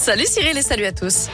Salut Cyril et salut à tous.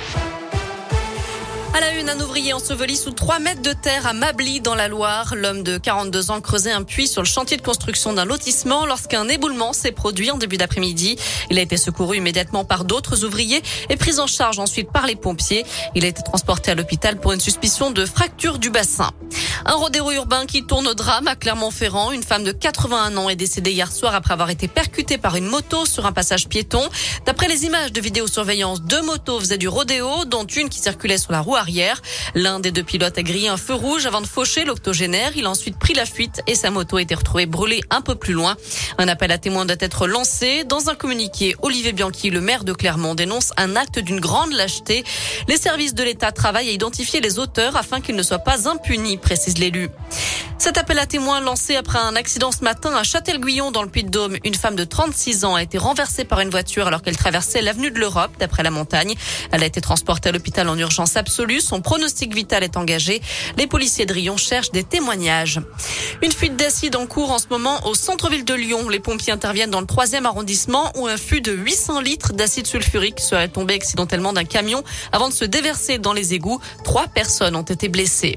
À la une, un ouvrier enseveli sous 3 mètres de terre à Mably dans la Loire. L'homme de 42 ans creusait un puits sur le chantier de construction d'un lotissement lorsqu'un éboulement s'est produit en début d'après-midi. Il a été secouru immédiatement par d'autres ouvriers et pris en charge ensuite par les pompiers. Il a été transporté à l'hôpital pour une suspicion de fracture du bassin. Un rodéo urbain qui tourne au drame à Clermont-Ferrand. Une femme de 81 ans est décédée hier soir après avoir été percutée par une moto sur un passage piéton. D'après les images de vidéosurveillance, 2 motos faisaient du rodéo, dont une qui circulait sur la roue arrière. L'un des 2 pilotes a grillé un feu rouge avant de faucher l'octogénaire. Il a ensuite pris la fuite et sa moto a été retrouvée brûlée un peu plus loin. Un appel à témoins doit être lancé. Dans un communiqué, Olivier Bianchi, le maire de Clermont, dénonce un acte d'une grande lâcheté. Les services de l'État travaillent à identifier les auteurs afin qu'ils ne soient pas impunis, précise l'élu. Cet appel à témoins lancé après un accident ce matin à Châtel-Guyon dans le Puy-de-Dôme. Une femme de 36 ans a été renversée par une voiture alors qu'elle traversait l'avenue de l'Europe d'après La Montagne. Elle a été transportée à l'hôpital en urgence absolue. Son pronostic vital est engagé. Les policiers de Riom cherchent des témoignages. Une fuite d'acide en cours en ce moment au centre-ville de Lyon. Les pompiers interviennent dans le 3e arrondissement où un fût de 800 litres d'acide sulfurique serait tombé accidentellement d'un camion avant de se déverser dans les égouts. 3 personnes ont été blessées.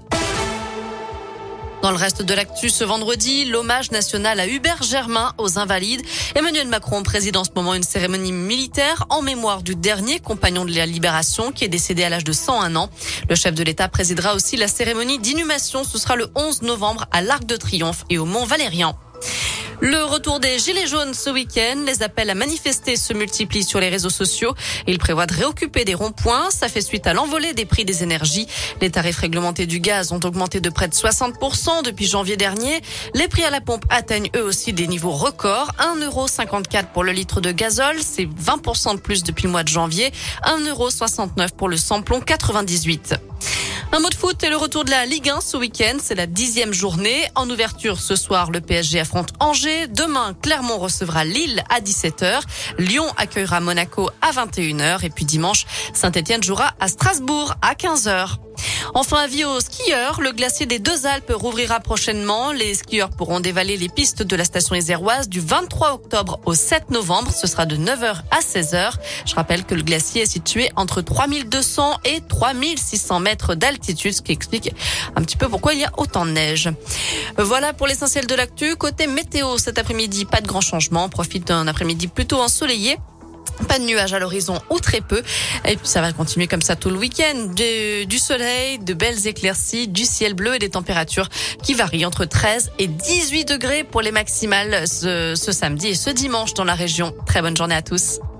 Dans le reste de l'actu ce vendredi, l'hommage national à Hubert Germain aux Invalides. Emmanuel Macron préside en ce moment une cérémonie militaire en mémoire du dernier compagnon de la Libération qui est décédé à l'âge de 101 ans. Le chef de l'État présidera aussi la cérémonie d'inhumation. Ce sera le 11 novembre à l'Arc de Triomphe et au Mont-Valérien. Le retour des Gilets jaunes ce week-end. Les appels à manifester se multiplient sur les réseaux sociaux. Ils prévoient de réoccuper des ronds-points. Ça fait suite à l'envolée des prix des énergies. Les tarifs réglementés du gaz ont augmenté de près de 60% depuis janvier dernier. Les prix à la pompe atteignent eux aussi des niveaux records. 1,54 € pour le litre de gazole. C'est 20% de plus depuis le mois de janvier. 1,69 € pour le samplon 98. Un mot de foot et le retour de la Ligue 1 ce week-end. C'est la 10e journée. En ouverture ce soir, le PSG affronte Angers. Demain, Clermont recevra Lille à 17h. Lyon accueillera Monaco à 21h. Et puis dimanche, Saint-Etienne jouera à Strasbourg à 15h. Enfin, avis aux skieurs, le glacier des 2 Alpes rouvrira prochainement. Les skieurs pourront dévaler les pistes de la station iséroise du 23 octobre au 7 novembre. Ce sera de 9h à 16h. Je rappelle que le glacier est situé entre 3200 et 3600 mètres d'altitude, ce qui explique un petit peu pourquoi il y a autant de neige. Voilà pour l'essentiel de l'actu. Côté météo, cet après-midi, pas de grand changement. On profite d'un après-midi plutôt ensoleillé. Pas de nuages à l'horizon ou très peu. Et puis ça va continuer comme ça tout le week-end. Du soleil, de belles éclaircies, du ciel bleu et des températures qui varient entre 13 et 18 degrés pour les maximales ce samedi et ce dimanche dans la région. Très bonne journée à tous.